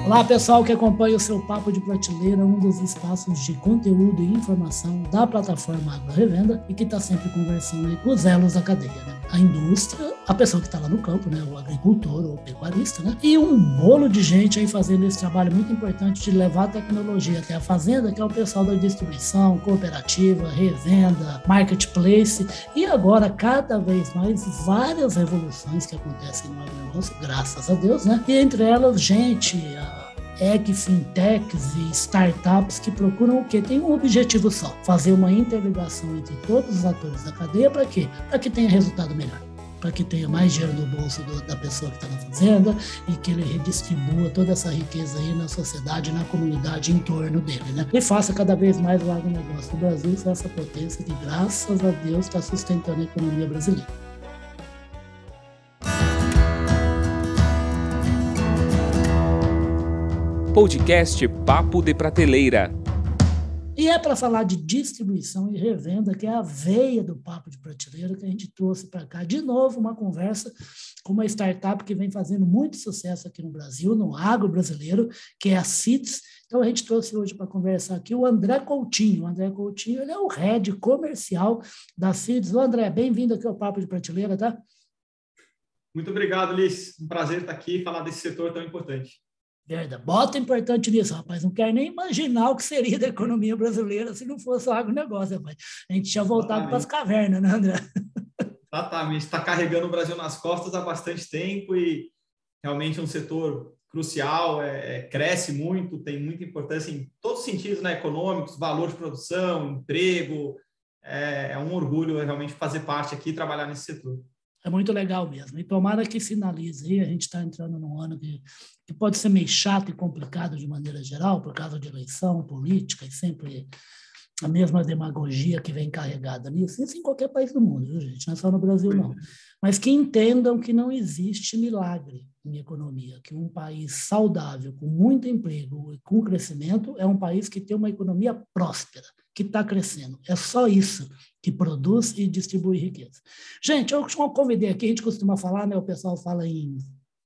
Olá, pessoal que acompanha o seu Papo de Prateleira, um dos espaços de conteúdo e informação da plataforma Agro Revenda e que está sempre conversando aí com os elos da cadeia, né? A indústria, a pessoa que está lá no campo, né? O agricultor ou o pecuarista, né? E um bolo de gente aí fazendo esse trabalho muito importante de levar a tecnologia até a fazenda, que é o pessoal da distribuição, cooperativa, revenda, marketplace e agora cada vez mais várias revoluções que acontecem no agronegócio, graças a Deus, né? E entre elas, gente, fintechs e startups que procuram o quê? Tem um objetivo só, fazer uma interligação entre todos os atores da cadeia para quê? Para que tenha resultado melhor, para que tenha mais dinheiro no bolso da pessoa que está na fazenda e que ele redistribua toda essa riqueza aí na sociedade, na comunidade em torno dele, né? E faça cada vez mais o agronegócio do Brasil ser essa potência que, graças a Deus, está sustentando a economia brasileira. Podcast Papo de Prateleira. E é para falar de distribuição e revenda, que é a veia do Papo de Prateleira, que a gente trouxe para cá de novo uma conversa com uma startup que vem fazendo muito sucesso aqui no Brasil, no agro brasileiro, que é a Seeds. Então a gente trouxe hoje para conversar aqui o André Coutinho. O André Coutinho, ele é o head comercial da Seeds. Ô André, bem-vindo aqui ao Papo de Prateleira, tá? Muito obrigado, Liz. Um prazer estar aqui e falar desse setor tão importante. Verdade. Bota importante nisso, rapaz. Não quero nem imaginar o que seria da economia brasileira se não fosse o agronegócio, rapaz. A gente tinha voltado para as cavernas, né, André? Exatamente. Está carregando o Brasil nas costas há bastante tempo e realmente é um setor crucial, cresce muito, tem muita importância em todos os sentidos, né, econômicos, valor de produção, emprego. É um orgulho realmente fazer parte aqui e trabalhar nesse setor. É muito legal mesmo. E tomara que finalize. A gente está entrando num ano que pode ser meio chato e complicado de maneira geral, por causa de eleição, política, e sempre a mesma demagogia que vem carregada nisso. Isso em qualquer país do mundo, viu, gente? Não é só no Brasil, não. Mas que entendam que não existe milagre em economia, que um país saudável, com muito emprego e com crescimento, é um país que tem uma economia próspera, que está crescendo. É só isso que produz e distribui riqueza. Gente, eu convidei aqui, a gente costuma falar, né? O pessoal fala em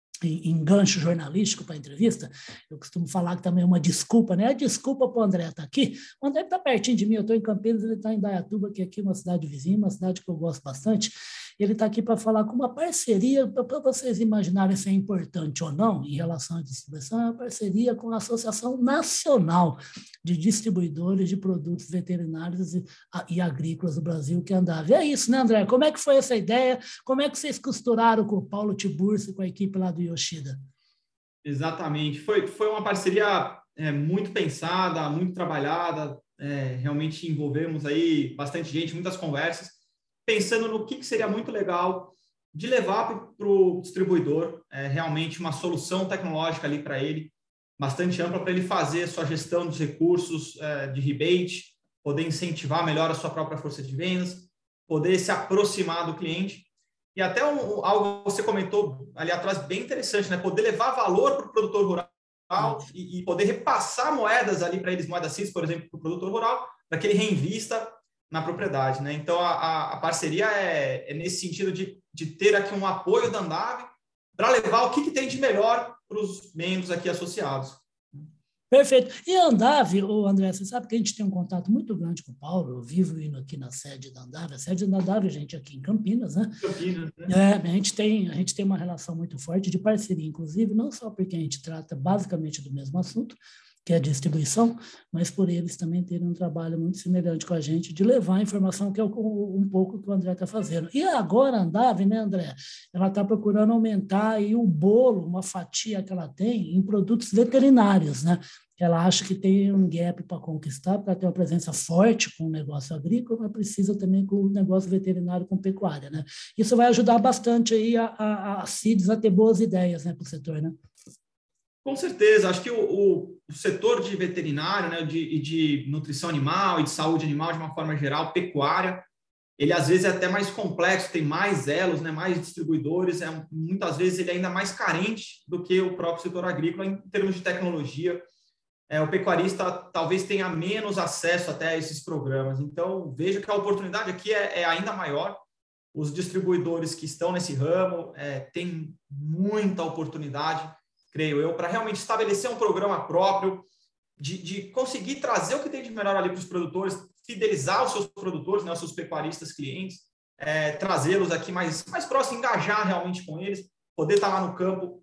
gancho jornalístico para entrevista, eu costumo falar que também é uma desculpa, né? A desculpa para o André estar aqui. O André está pertinho de mim, eu estou em Campinas, ele está em Indaiatuba, que é aqui uma cidade vizinha, uma cidade que eu gosto bastante. Ele está aqui para falar com uma parceria, para vocês imaginarem se é importante ou não, em relação à distribuição, é uma parceria com a Associação Nacional de Distribuidores de Produtos Veterinários e Agrícolas do Brasil, que é a Andav. É isso, né, André? Como é que foi essa ideia? Como é que vocês costuraram com o Paulo Tiburcio e com a equipe lá do Yoshida? Exatamente. Foi uma parceria muito pensada, muito trabalhada. Realmente envolvemos aí bastante gente, muitas conversas, pensando no que seria muito legal de levar para o distribuidor realmente uma solução tecnológica ali para ele, bastante ampla, para ele fazer a sua gestão dos recursos de rebate, poder incentivar melhor a sua própria força de vendas, poder se aproximar do cliente. E até algo que você comentou ali atrás, bem interessante, né? Poder levar valor para o produtor rural e poder repassar moedas ali para eles, moedas CIS, por exemplo, para o produtor rural, para que ele reinvista na propriedade, né? Então, a parceria é nesse sentido de ter aqui um apoio da Andav para levar o que tem de melhor para os membros aqui associados. Perfeito. E a Andav, André, você sabe que a gente tem um contato muito grande com o Paulo, eu vivo indo aqui na sede da Andav, a sede da Andav, gente, aqui em Campinas, né? Campinas, né? A gente tem uma relação muito forte de parceria, inclusive, não só porque a gente trata basicamente do mesmo assunto, que é a distribuição, mas por eles também terem um trabalho muito semelhante com a gente de levar a informação, que é um pouco que o André está fazendo. E agora a Andav, né, André? Ela está procurando aumentar aí o bolo, uma fatia que ela tem em produtos veterinários, né? Ela acha que tem um gap para conquistar, para ter uma presença forte com o negócio agrícola, mas precisa também com o negócio veterinário, com pecuária, né? Isso vai ajudar bastante aí a CIDS a ter boas ideias, né, para o setor, né? Com certeza, acho que o setor de veterinário, né, de nutrição animal e de saúde animal, de uma forma geral, pecuária, ele às vezes é até mais complexo, tem mais elos, né, mais distribuidores, muitas vezes ele é ainda mais carente do que o próprio setor agrícola em termos de tecnologia. O pecuarista talvez tenha menos acesso até a esses programas. Então, vejo que a oportunidade aqui é ainda maior. Os distribuidores que estão nesse ramo têm muita oportunidade, creio eu, para realmente estabelecer um programa próprio, de conseguir trazer o que tem de melhor ali para os produtores, fidelizar os seus produtores, né, os seus pecuaristas clientes, trazê-los aqui mais próximo, engajar realmente com eles, poder estar lá no campo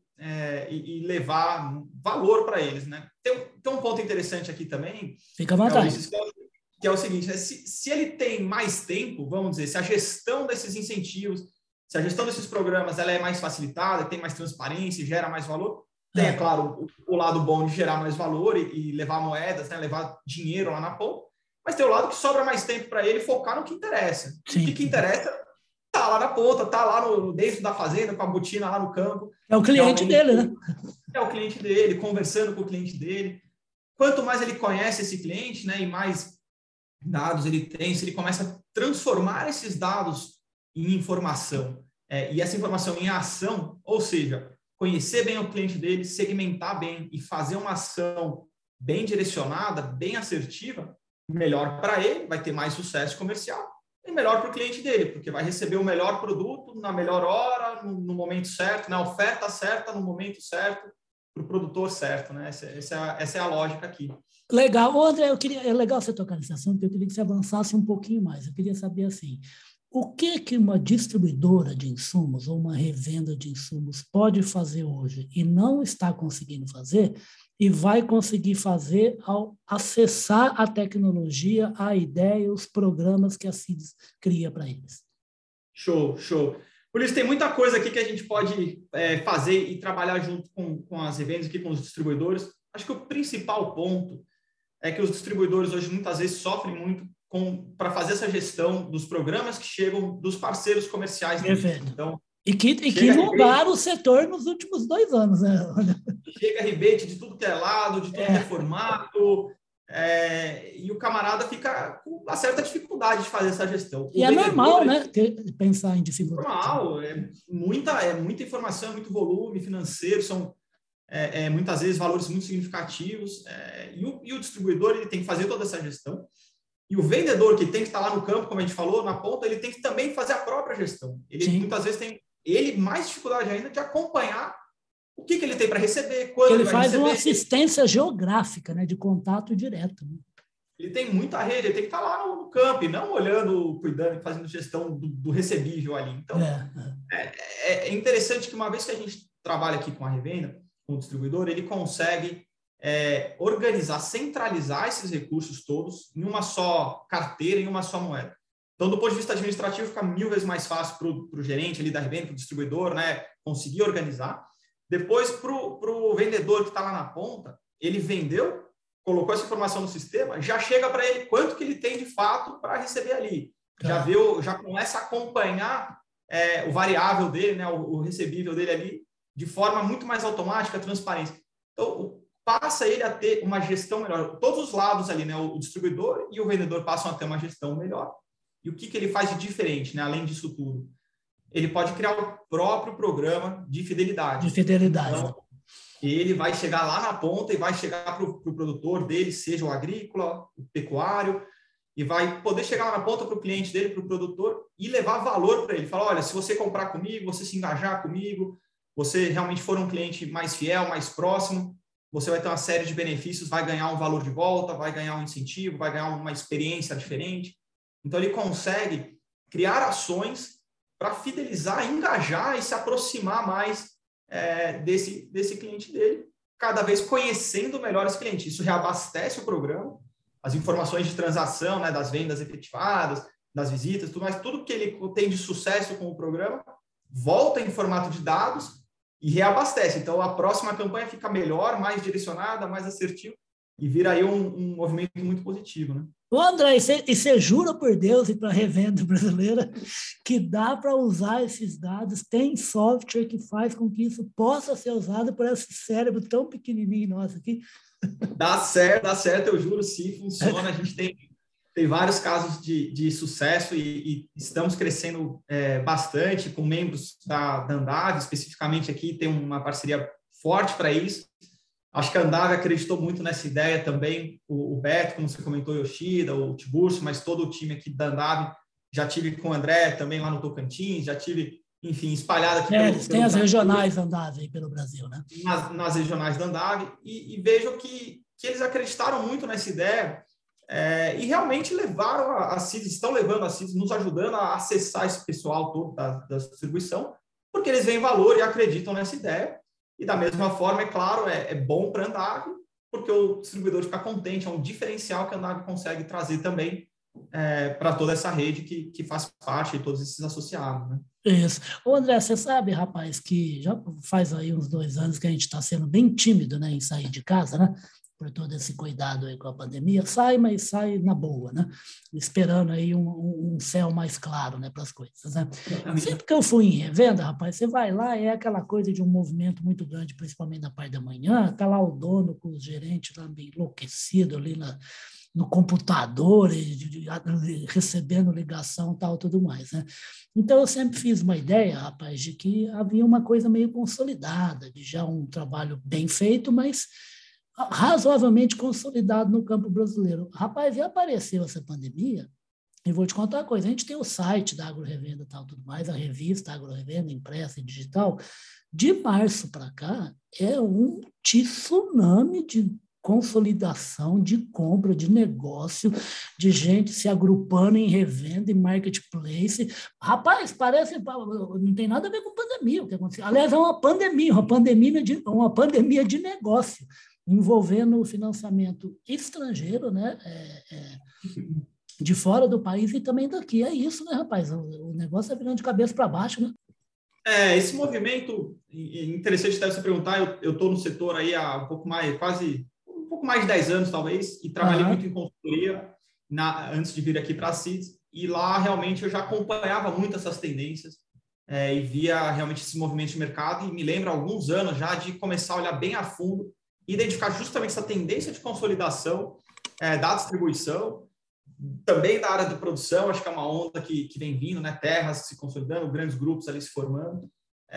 e levar valor para eles, né? Tem um ponto interessante aqui também, Fica à vontade. que é o seguinte, né? Se ele tem mais tempo, vamos dizer, se a gestão desses incentivos, se a gestão desses programas ela é mais facilitada, tem mais transparência, gera mais valor, tem, é claro, o lado bom de gerar mais valor e levar moedas, né? Levar dinheiro lá na ponta, mas tem o lado que sobra mais tempo para ele focar no que interessa. Sim. O que interessa tá lá na ponta, tá lá dentro da fazenda, com a botina lá no campo. É o cliente dele, né? É o cliente dele, conversando com o cliente dele. Quanto mais ele conhece esse cliente, né, e mais dados ele tem, se ele começa a transformar esses dados em informação, e essa informação em ação, ou seja, conhecer bem o cliente dele, segmentar bem e fazer uma ação bem direcionada, bem assertiva, melhor para ele, vai ter mais sucesso comercial e melhor para o cliente dele, porque vai receber o melhor produto na melhor hora, no momento certo, na oferta certa, no momento certo, para o produtor certo, né? Essa é a lógica aqui. Legal. André, é legal você tocar nesse assunto, porque eu queria que você avançasse um pouquinho mais. Eu queria saber, assim, o que uma distribuidora de insumos ou uma revenda de insumos pode fazer hoje e não está conseguindo fazer e vai conseguir fazer ao acessar a tecnologia, a ideia, os programas que a CIDS cria para eles. Show. Por isso, tem muita coisa aqui que a gente pode fazer e trabalhar junto com as revendas aqui, com os distribuidores. Acho que o principal ponto é que os distribuidores hoje muitas vezes sofrem muito para fazer essa gestão dos programas que chegam dos parceiros comerciais. Então, e que inundaram o setor nos últimos 2 anos, né? Chega rebate de tudo que é lado, de tudo que é formato, e o camarada fica com uma certa dificuldade de fazer essa gestão. E é normal, né? Pensar em dificuldade. Normal, é muita informação, muito volume financeiro, são muitas vezes valores muito significativos, e o distribuidor ele tem que fazer toda essa gestão. E o vendedor, que tem que estar lá no campo, como a gente falou, na ponta, ele tem que também fazer a própria gestão. Ele muitas vezes tem mais dificuldade ainda de acompanhar o que ele tem para receber, quando ele faz uma assistência geográfica, né, de contato direto. Né? Ele tem muita rede, ele tem que estar lá no campo, e não olhando, cuidando, fazendo gestão do recebível ali. Então, é interessante que uma vez que a gente trabalha aqui com a revenda, com o distribuidor, ele consegue organizar, centralizar esses recursos todos em uma só carteira, em uma só moeda. Então, do ponto de vista administrativo, fica 1000 vezes mais fácil para o gerente ali da revenda, para o distribuidor, né, conseguir organizar. Depois, para o vendedor que está lá na ponta, ele vendeu, colocou essa informação no sistema, já chega para ele quanto que ele tem de fato para receber ali. Já começa a acompanhar o variável dele, né, o recebível dele ali, de forma muito mais automática, transparente. Então, passa ele a ter uma gestão melhor. Todos os lados ali, né, o distribuidor e o vendedor passam a ter uma gestão melhor. E o que ele faz de diferente, né, além disso tudo? Ele pode criar o próprio programa de fidelidade. Então, ele vai chegar lá na ponta e vai chegar para o produtor dele, seja o agrícola, o pecuário, e vai poder chegar lá na ponta para o cliente dele, para o produtor, e levar valor para ele. Falar, olha, se você comprar comigo, você se engajar comigo, você realmente for um cliente mais fiel, mais próximo, você vai ter uma série de benefícios, vai ganhar um valor de volta, vai ganhar um incentivo, vai ganhar uma experiência diferente. Então, ele consegue criar ações para fidelizar, engajar e se aproximar mais desse cliente dele, cada vez conhecendo melhor esse cliente. Isso reabastece o programa, as informações de transação, né, das vendas efetivadas, das visitas, tudo mais, tudo que ele tem de sucesso com o programa, volta em formato de dados e reabastece. Então, a próxima campanha fica melhor, mais direcionada, mais assertiva, e vira aí um movimento muito positivo, né? Ô, André, e você jura por Deus e para a revenda brasileira que dá para usar esses dados? Tem software que faz com que isso possa ser usado por esse cérebro tão pequenininho nosso aqui? Dá certo, eu juro, sim, funciona. A gente tem vários casos de sucesso e estamos crescendo bastante com membros da Andave, especificamente aqui, tem uma parceria forte para isso. Acho que a Andave acreditou muito nessa ideia também, o Beto, como você comentou, Yoshida, o Tiburcio, mas todo o time aqui da Andave, já tive com o André também lá no Tocantins, já tive enfim, espalhada aqui eles têm as regionais da Andav aí pelo Brasil, né? Nas regionais da Andav, e vejo que eles acreditaram muito nessa ideia e realmente levaram a CIDS, estão levando a CIDS, nos ajudando a acessar esse pessoal todo da distribuição, porque eles veem valor e acreditam nessa ideia. E da mesma forma, é claro, é bom para a Andav, porque o distribuidor fica contente, é um diferencial que a Andav consegue trazer também para toda essa rede que faz parte de todos esses associados, né? Isso. Ô, André, você sabe, rapaz, que já faz aí uns 2 anos que a gente está sendo bem tímido, né, em sair de casa, né? Por todo esse cuidado aí com a pandemia. Sai, mas sai na boa, né? Esperando aí um céu mais claro, né, para as coisas, né? Sempre que eu fui em revenda, rapaz, você vai lá, é aquela coisa de um movimento muito grande, principalmente na parte da manhã, tá lá o dono com os gerentes lá meio enlouquecido ali no computador, recebendo ligação e tal, tudo mais, né? Então, eu sempre fiz uma ideia, rapaz, de que havia uma coisa meio consolidada, de já um trabalho bem feito, mas razoavelmente consolidado no campo brasileiro. Rapaz, e apareceu essa pandemia, e vou te contar uma coisa, a gente tem o site da AgroRevenda e tal, tudo mais, a revista AgroRevenda, impressa e digital, de março para cá, é um tsunami de consolidação, de compra, de negócio, de gente se agrupando em revenda, em marketplace. Rapaz, parece, não tem nada a ver com pandemia o que aconteceu. Aliás, é uma pandemia de negócio, envolvendo o financiamento estrangeiro, né? De fora do país e também daqui. É isso, né, rapaz? O negócio é virando de cabeça para baixo, né? Esse movimento, interessante até você perguntar, eu estou no setor aí há um pouco mais de 10 anos, talvez, e trabalhei muito em consultoria antes de vir aqui para a CIDS, e lá realmente eu já acompanhava muito essas tendências e via realmente esse movimento de mercado, e me lembro há alguns anos já de começar a olhar bem a fundo e identificar justamente essa tendência de consolidação da distribuição, também da área de produção. Acho que é uma onda que vem vindo, né? Terras se consolidando, grandes grupos ali se formando,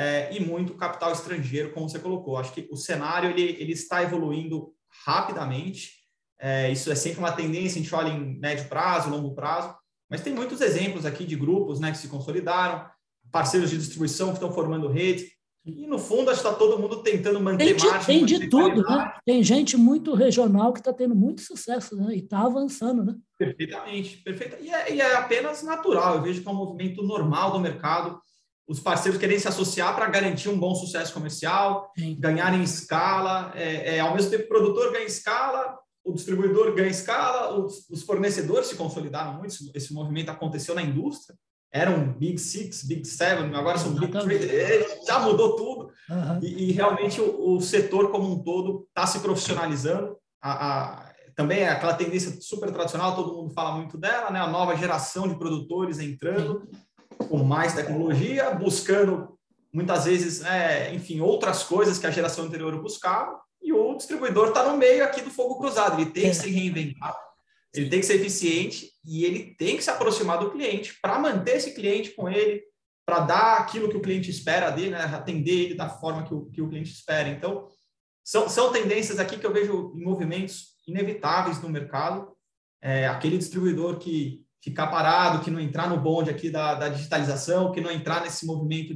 e muito capital estrangeiro, como você colocou. Acho que o cenário ele está evoluindo rapidamente. Isso é sempre uma tendência, a gente olha em médio prazo, longo prazo, mas tem muitos exemplos aqui de grupos, né, que se consolidaram, parceiros de distribuição que estão formando rede, e no fundo acho que está todo mundo tentando manter margem. Tem de tudo, né? Tem gente muito regional que está tendo muito sucesso, né? E está avançando, né? Perfeitamente, perfeita. E é apenas natural, eu vejo que é um movimento normal do mercado, os parceiros querem se associar para garantir um bom sucesso comercial, ganhar em escala, ao mesmo tempo o produtor ganha escala, o distribuidor ganha escala, os fornecedores se consolidaram muito, esse movimento aconteceu na indústria, eram Big Six, Big Seven, agora são Big Three, já mudou tudo, e realmente o setor como um todo está se profissionalizando, também é aquela tendência super tradicional, todo mundo fala muito dela, né? A nova geração de produtores entrando com mais tecnologia, buscando muitas vezes, enfim, outras coisas que a geração anterior buscava, e o distribuidor está no meio aqui do fogo cruzado, ele tem que se reinventar, ele tem que ser eficiente e ele tem que se aproximar do cliente para manter esse cliente com ele, para dar aquilo que o cliente espera dele, né? Atender ele da forma que o cliente espera. Então, são tendências aqui que eu vejo em movimentos inevitáveis no mercado. Aquele distribuidor que ficar parado, que não entrar no bonde aqui da digitalização, que não entrar nesse movimento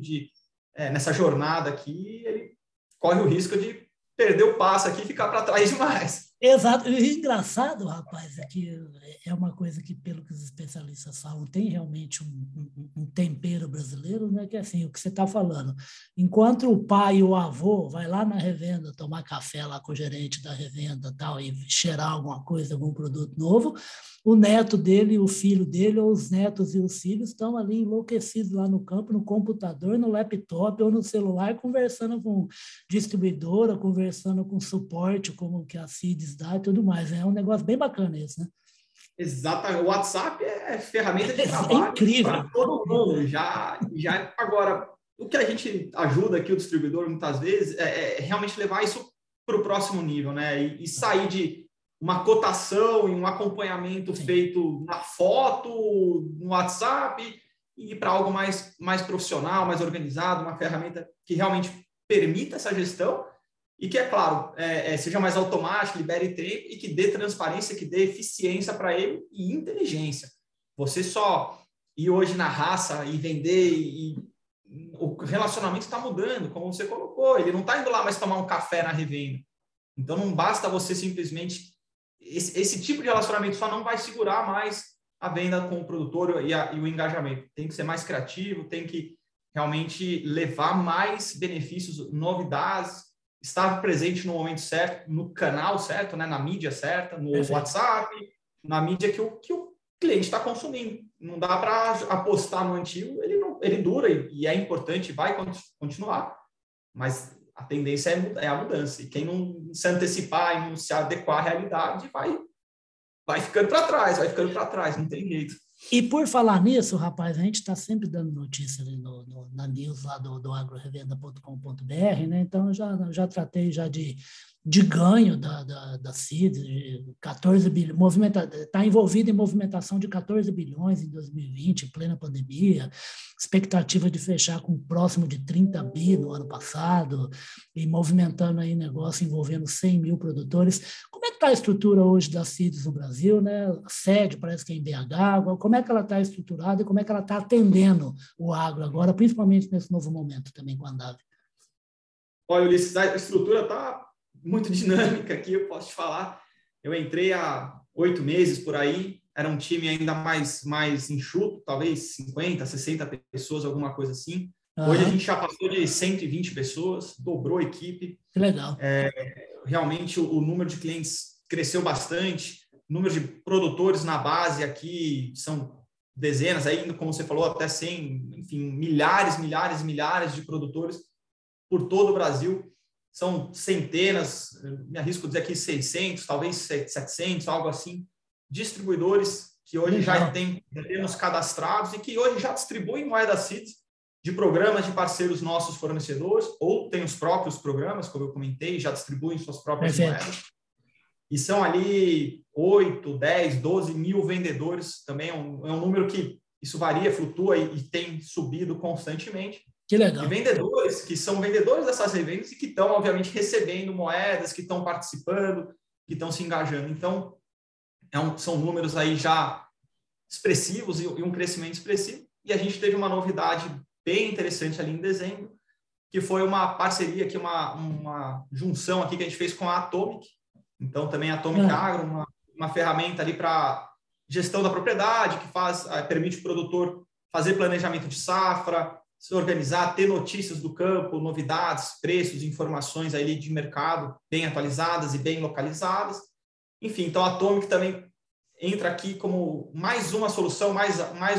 nessa jornada aqui, ele corre o risco de perder o passo aqui e ficar para trás demais. Exato. E o engraçado, rapaz, é que é uma coisa que, pelo que os especialistas falam, tem realmente um tempero brasileiro, né? Que é assim, o que você está falando. Enquanto o pai e o avô vai lá na revenda tomar café lá com o gerente da revenda tal, e cheirar alguma coisa, algum produto novo, o neto dele, o filho dele, ou os netos e os filhos estão ali enlouquecidos lá no campo, no computador, no laptop ou no celular, conversando com distribuidora, conversando com suporte, como que a CIDS dá e tudo mais. É um negócio bem bacana isso, né? Exatamente. O WhatsApp é ferramenta de trabalho. É incrível. Para todo mundo. Já agora, o que a gente ajuda aqui o distribuidor muitas vezes é realmente levar isso para o próximo nível, né? E sair de uma cotação e um acompanhamento feito na foto, no WhatsApp, e ir para algo mais profissional, mais organizado, uma ferramenta que realmente permita essa gestão e que, é claro, seja mais automático, libere tempo e que dê transparência, que dê eficiência para ele e inteligência. Você só ir hoje na raça e vender o relacionamento está mudando, como você colocou, ele não está indo lá mais tomar um café na revenda. Então, não basta você simplesmente... Esse tipo de relacionamento só não vai segurar mais a venda com o produtor e o engajamento. Tem que ser mais criativo, tem que realmente levar mais benefícios, novidades, estar presente no momento certo, no canal certo, né? Na mídia certa, no WhatsApp, na mídia que o cliente está consumindo. Não dá para apostar no antigo, ele dura e é importante, vai continuar, mas a tendência é a mudança. E quem não se antecipar e não se adequar à realidade vai ficando para trás, não tem jeito. E por falar nisso, rapaz, a gente está sempre dando notícia ali na news lá do agrorevenda.com.br, né? Então, eu já tratei já de ganho da CID, de 14 bilhões, está envolvido em movimentação de 14 bilhões em 2020, em plena pandemia, expectativa de fechar com próximo de 30 bi no ano passado, e movimentando aí negócio envolvendo 100 mil produtores. Como é que está a estrutura hoje das CIDs no Brasil, né? A sede parece que é em BH, como é que ela está estruturada e como é que ela está atendendo o agro agora, principalmente nesse novo momento também com a Andav? Olha, Ulisses, a estrutura está muito dinâmica aqui, eu posso te falar. Eu entrei há 8 meses por aí, era um time ainda mais enxuto, talvez 50, 60 pessoas, alguma coisa assim. Hoje a gente já passou de 120 pessoas, dobrou a equipe. Que legal. Realmente o número de clientes cresceu bastante, o número de produtores na base aqui são dezenas, ainda como você falou, até 100, enfim, milhares de produtores por todo o Brasil. São centenas, me arrisco a dizer aqui 600, talvez 700, algo assim, distribuidores que hoje já temos cadastrados e que hoje já distribuem moeda CIDs de programas de parceiros nossos fornecedores, ou tem os próprios programas, como eu comentei, já distribuem suas próprias moedas. E são ali 8, 10, 12 mil vendedores, também é um número que isso varia, flutua e tem subido constantemente. Que legal. De vendedores, que são vendedores dessas revendas e que estão, obviamente, recebendo moedas, que estão participando, que estão se engajando. Então, são números aí já expressivos e um crescimento expressivo. E a gente teve uma novidade bem interessante ali em dezembro, que foi uma parceria, aqui, uma junção aqui que a gente fez com a Atomic. Então, também a Atomic Agro, uma ferramenta ali para gestão da propriedade, que permite o produtor fazer planejamento de safra, se organizar, ter notícias do campo, novidades, preços, informações aí de mercado bem atualizadas e bem localizadas. Enfim, então a Atomic também entra aqui como mais uma solução, mais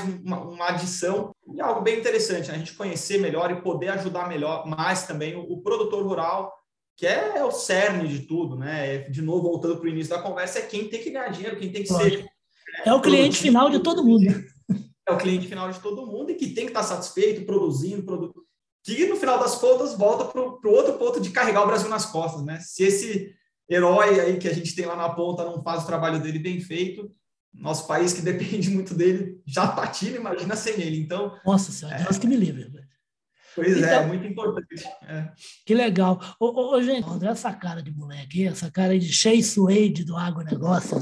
uma adição e algo bem interessante, né? A gente conhecer melhor e poder ajudar mais também o produtor rural, que é o cerne de tudo, né? De novo, voltando para o início da conversa, é quem tem que ganhar dinheiro, quem tem que ser... É o cliente final de todo mundo. É o cliente final de todo mundo e que tem que estar satisfeito, produzindo, que no final das contas volta para o outro ponto de carregar o Brasil nas costas, né? Se esse herói aí que a gente tem lá na ponta não faz o trabalho dele bem feito, nosso país que depende muito dele já patina, imagina sem ele. Então, nossa senhora, Deus que me livre. Pois então, é muito importante. Que legal. Gente, André, essa cara de moleque, essa cara de Shea Suede do agronegócio,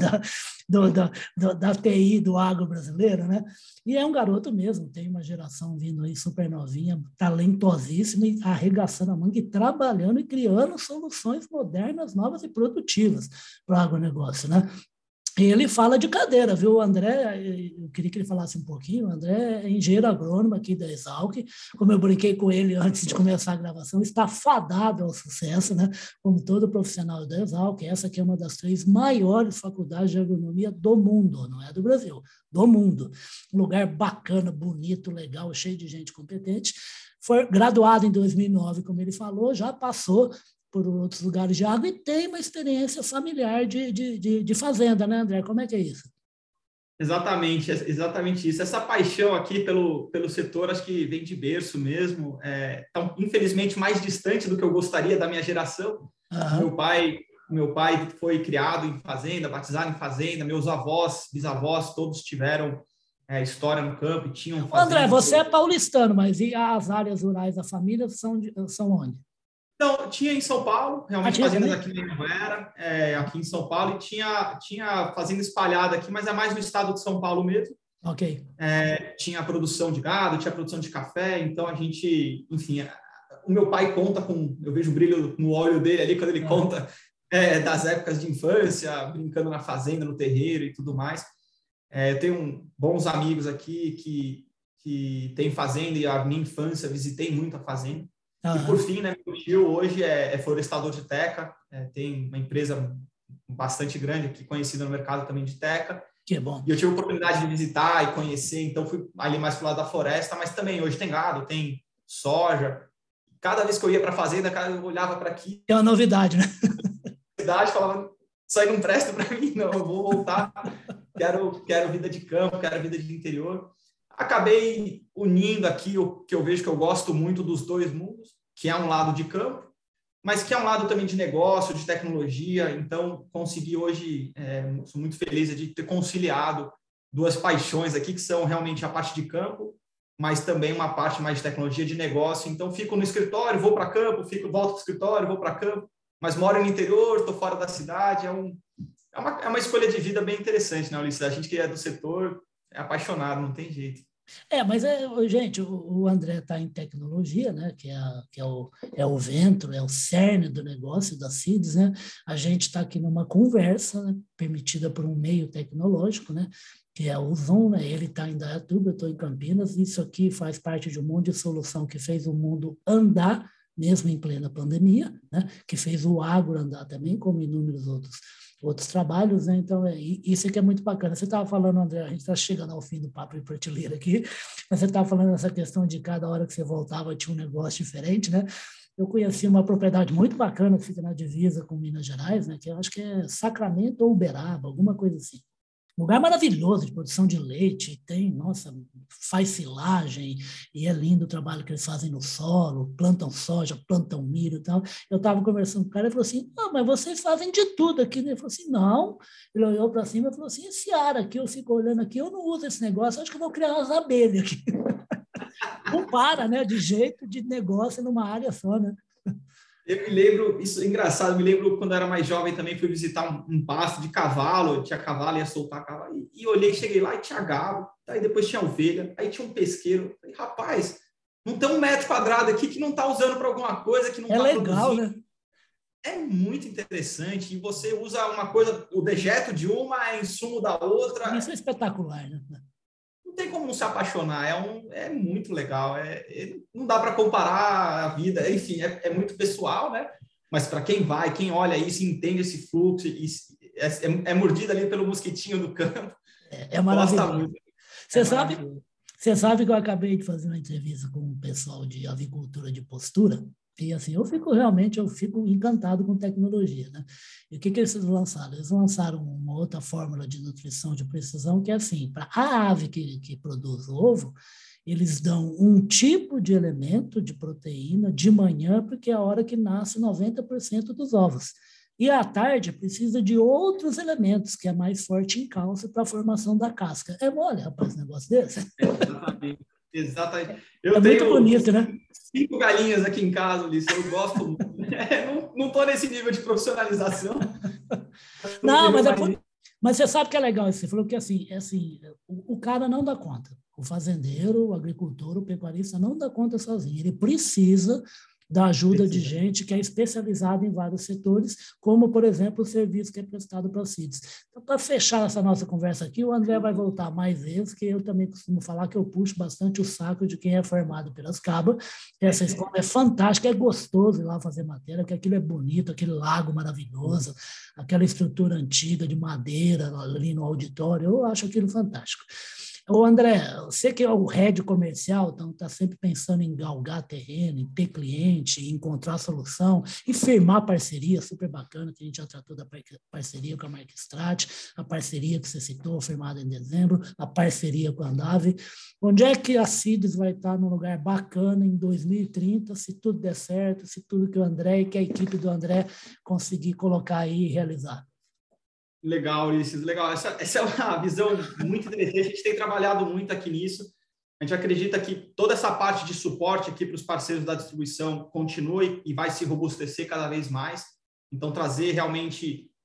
da TI do agro brasileiro, né? E é um garoto mesmo, tem uma geração vindo aí super novinha, talentosíssima, e arregaçando a manga e trabalhando e criando soluções modernas, novas e produtivas para o agronegócio, né? Ele fala de cadeira, viu? O André, eu queria que ele falasse um pouquinho. O André é engenheiro agrônomo aqui da Exalc, como eu brinquei com ele antes de começar a gravação, está fadado ao sucesso, né? Como todo profissional da Exalc. Essa aqui é uma das 3 maiores faculdades de agronomia do mundo, não é do Brasil, do mundo. Um lugar bacana, bonito, legal, cheio de gente competente. Foi graduado em 2009, como ele falou, já passou por outros lugares de água e tem uma experiência familiar de fazenda, né, André? Como é que é isso? Exatamente isso. Essa paixão aqui pelo setor, acho que vem de berço mesmo. Tá, infelizmente, mais distante do que eu gostaria da minha geração. Meu pai foi criado em fazenda, batizado em fazenda. Meus avós, bisavós, todos tiveram história no campo e tinham fazenda. André, você é paulistano, mas e as áreas rurais da família são onde? Então, tinha em São Paulo, realmente fazendas aqui em Anhanguera, aqui em São Paulo, e tinha fazenda espalhada aqui, mas é mais no estado de São Paulo mesmo. Ok. Tinha a produção de gado, tinha a produção de café, então a gente, enfim, o meu pai conta eu vejo o brilho no olho dele ali quando ele conta das épocas de infância, brincando na fazenda, no terreiro e tudo mais. Eu tenho bons amigos aqui que têm fazenda e a minha infância visitei muito a fazenda. E por fim, né, meu tio hoje é florestador de teca, tem uma empresa bastante grande aqui, conhecida no mercado também de teca. Que bom. E eu tive a oportunidade de visitar e conhecer, então fui ali mais pro lado da floresta, mas também hoje tem gado, tem soja. Cada vez que eu ia para a fazenda, eu olhava para aqui. É uma novidade, né? Falava, isso aí não presta para mim, não, eu vou voltar. Quero vida de campo, quero vida de interior. Acabei unindo aqui o que eu vejo que eu gosto muito dos dois mundos, que é um lado de campo, mas que é um lado também de negócio, de tecnologia. Então, consegui hoje, sou muito feliz de ter conciliado duas paixões aqui, que são realmente a parte de campo, mas também uma parte mais de tecnologia, de negócio. Então, fico no escritório, vou para campo, volto para o escritório, vou para campo, mas moro no interior, estou fora da cidade. É uma escolha de vida bem interessante, né, Ulisses? A gente que é do setor é apaixonado, não tem jeito. Mas, gente, o André está em tecnologia, né, que é o ventre, é o cerne do negócio da CIDS, né? A gente está aqui numa conversa, né, permitida por um meio tecnológico, né, que é o Zoom, né? Ele está em Dayatuba, eu estou em Campinas. Isso aqui faz parte de um monte de solução que fez o mundo andar, mesmo em plena pandemia, né? Que fez o agro andar também, como inúmeros outros trabalhos, né? Então, isso aqui é muito bacana. Você estava falando, André, a gente está chegando ao fim do papo de prateleira aqui, mas você estava falando essa questão de cada hora que você voltava tinha um negócio diferente, né? Eu conheci uma propriedade muito bacana que fica na divisa com Minas Gerais, né? Que eu acho que é Sacramento ou Uberaba, alguma coisa assim. Um lugar maravilhoso de produção de leite, faz silagem, e é lindo o trabalho que eles fazem no solo, plantam soja, plantam milho e tal. Eu estava conversando com o cara, ele falou assim, mas vocês fazem de tudo aqui, né? Ele falou assim, não. Ele olhou para cima e falou assim, esse ar aqui, eu fico olhando aqui, eu não uso esse negócio, acho que eu vou criar umas abelhas aqui. Não para, né? De jeito de negócio numa área só, né? Eu me lembro, isso é engraçado, me lembro quando eu era mais jovem também, fui visitar um pasto de cavalo, tinha cavalo, ia soltar cavalo, e olhei, cheguei lá e tinha gado, aí depois tinha ovelha, aí tinha um pesqueiro, falei, rapaz, não tem 1 metro quadrado aqui que não está usando para alguma coisa, que não está legal, produzindo. Né? É muito interessante, e você usa uma coisa, o dejeto de uma é insumo da outra. Isso é espetacular, né? Não tem como não se apaixonar, é muito legal, não dá para comparar a vida, enfim, é muito pessoal, né? Mas para quem vai, quem olha isso, entende esse fluxo, é mordido ali pelo mosquitinho do campo. É maravilhoso. Você sabe que eu acabei de fazer uma entrevista com um pessoal de avicultura de postura, e assim, eu fico encantado com tecnologia, né? E o que eles lançaram? Eles lançaram uma outra fórmula de nutrição de precisão, que é assim, para a ave que produz o ovo, eles dão um tipo de elemento de proteína de manhã, porque é a hora que nasce 90% dos ovos. E à tarde precisa de outros elementos, que é mais forte em cálcio para a formação da casca. É mole, rapaz, um negócio desse? Exatamente. Eu tenho muito bonito, né? 5 galinhas aqui em casa, Ulisses, eu gosto muito. Não estou nesse nível de profissionalização. Não, mas você sabe que é legal. Você falou que assim, o cara não dá conta. O fazendeiro, o agricultor, o pecuarista não dá conta sozinho. Ele precisa da ajuda de gente que é especializada em vários setores, como, por exemplo, o serviço que é prestado para a CIDS. Então, para fechar essa nossa conversa aqui, o André vai voltar mais vezes, que eu também costumo falar que eu puxo bastante o saco de quem é formado pelas Piracicaba. Essa escola é fantástica, é gostoso ir lá fazer matéria, porque aquilo é bonito, aquele lago maravilhoso, aquela estrutura antiga de madeira ali no auditório, eu acho aquilo fantástico. Ô André, você que é o head comercial, então está sempre pensando em galgar terreno, em ter cliente, em encontrar solução, e firmar parceria, super bacana, que a gente já tratou da parceria com a Marquestrate, a parceria que você citou, firmada em dezembro, a parceria com a Andave. Onde é que a CIDS vai estar num lugar bacana em 2030, se tudo der certo, se tudo que o André e que a equipe do André conseguir colocar aí e realizar? Legal, Ulisses, legal. Essa é uma visão muito interessante. A gente tem trabalhado muito aqui nisso. A gente acredita que toda essa parte de suporte aqui para os parceiros da distribuição continue e vai se robustecer cada vez mais. Então, trazer realmente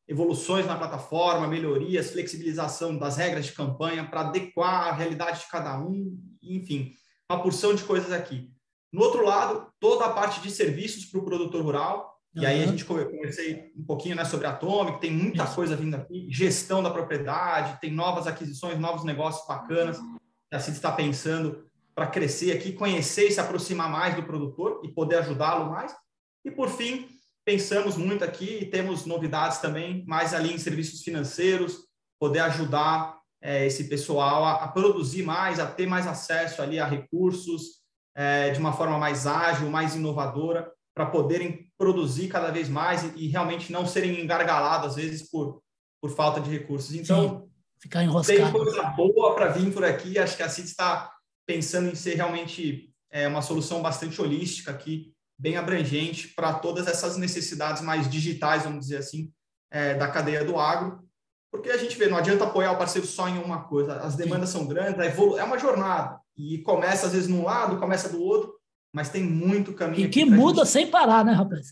evoluções na plataforma, melhorias, flexibilização das regras de campanha para adequar a realidade de cada um, enfim, uma porção de coisas aqui. No outro lado, toda a parte de serviços para o produtor rural, e aí a gente conversei um pouquinho, né, sobre a Atomic, tem muita coisa vindo aqui, gestão da propriedade, tem novas aquisições, novos negócios bacanas que a CIDS está pensando para crescer aqui, conhecer e se aproximar mais do produtor e poder ajudá-lo mais. E, por fim, pensamos muito aqui e temos novidades também, mais ali em serviços financeiros, poder ajudar esse pessoal a produzir mais, a ter mais acesso ali a recursos de uma forma mais ágil, mais inovadora, para poderem produzir cada vez mais e realmente não serem engargalados, às vezes, por falta de recursos. Então, sim, ficar enroscado. Tem coisa boa para vir por aqui. Acho que a CIDS está pensando em ser realmente uma solução bastante holística aqui, bem abrangente para todas essas necessidades mais digitais, vamos dizer assim, da cadeia do agro. Porque a gente vê, não adianta apoiar o parceiro só em uma coisa. As demandas são grandes, é uma jornada. E começa, às vezes, num lado, começa do outro, mas tem muito caminho. E que muda sem parar, né, rapaz?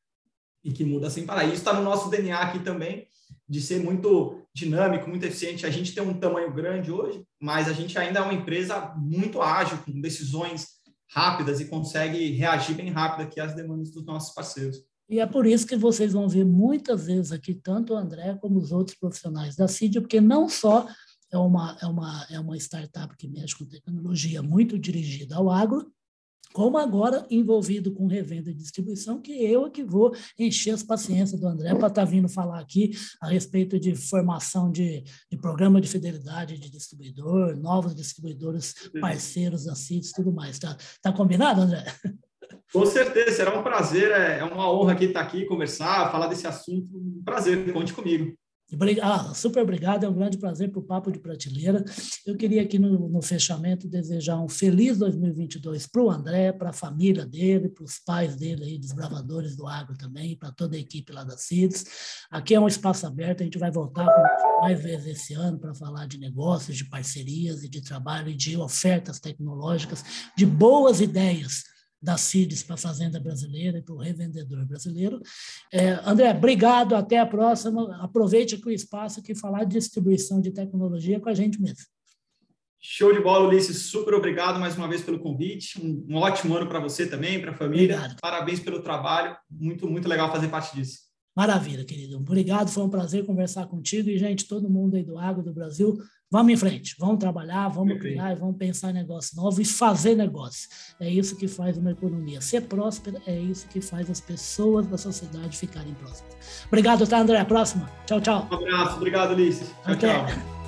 E que muda sem parar. Isso está no nosso DNA aqui também, de ser muito dinâmico, muito eficiente. A gente tem um tamanho grande hoje, mas a gente ainda é uma empresa muito ágil, com decisões rápidas e consegue reagir bem rápido aqui às demandas dos nossos parceiros. E é por isso que vocês vão ver muitas vezes aqui, tanto o André como os outros profissionais da CID, porque não só é uma startup que mexe com tecnologia muito dirigida ao agro, como agora envolvido com revenda e distribuição, que eu é que vou encher as paciências do André para estar vindo falar aqui a respeito de formação de programa de fidelidade de distribuidor, novos distribuidores parceiros da CIDS e tudo mais. Tá combinado, André? Com certeza, será um prazer, é uma honra aqui estar aqui, conversar, falar desse assunto, um prazer, conte comigo. Super obrigado, é um grande prazer para o Papo de Prateleira. Eu queria aqui no fechamento desejar um feliz 2022 para o André, para a família dele, para os pais dele, aí, desbravadores do agro também, para toda a equipe lá da CIDS. Aqui é um espaço aberto, a gente vai voltar mais vezes esse ano para falar de negócios, de parcerias e de trabalho e de ofertas tecnológicas, de boas ideias da CIDS para a fazenda brasileira e para o revendedor brasileiro. André, obrigado, até a próxima. Aproveite aqui o espaço que falar de distribuição de tecnologia com a gente mesmo. Show de bola, Ulisses. Super obrigado mais uma vez pelo convite. Um ótimo ano para você também, para a família. Obrigado. Parabéns pelo trabalho. Muito, muito legal fazer parte disso. Maravilha, querido. Obrigado, foi um prazer conversar contigo. E, gente, todo mundo aí do agro do Brasil, vamos em frente, vamos trabalhar, vamos criar, vamos pensar em negócio novo e fazer negócio. É isso que faz uma economia ser próspera, é isso que faz as pessoas da sociedade ficarem prósperas. Obrigado, tá, André? Próxima. Tchau, tchau. Um abraço, obrigado, Ulisses. Tchau, tchau.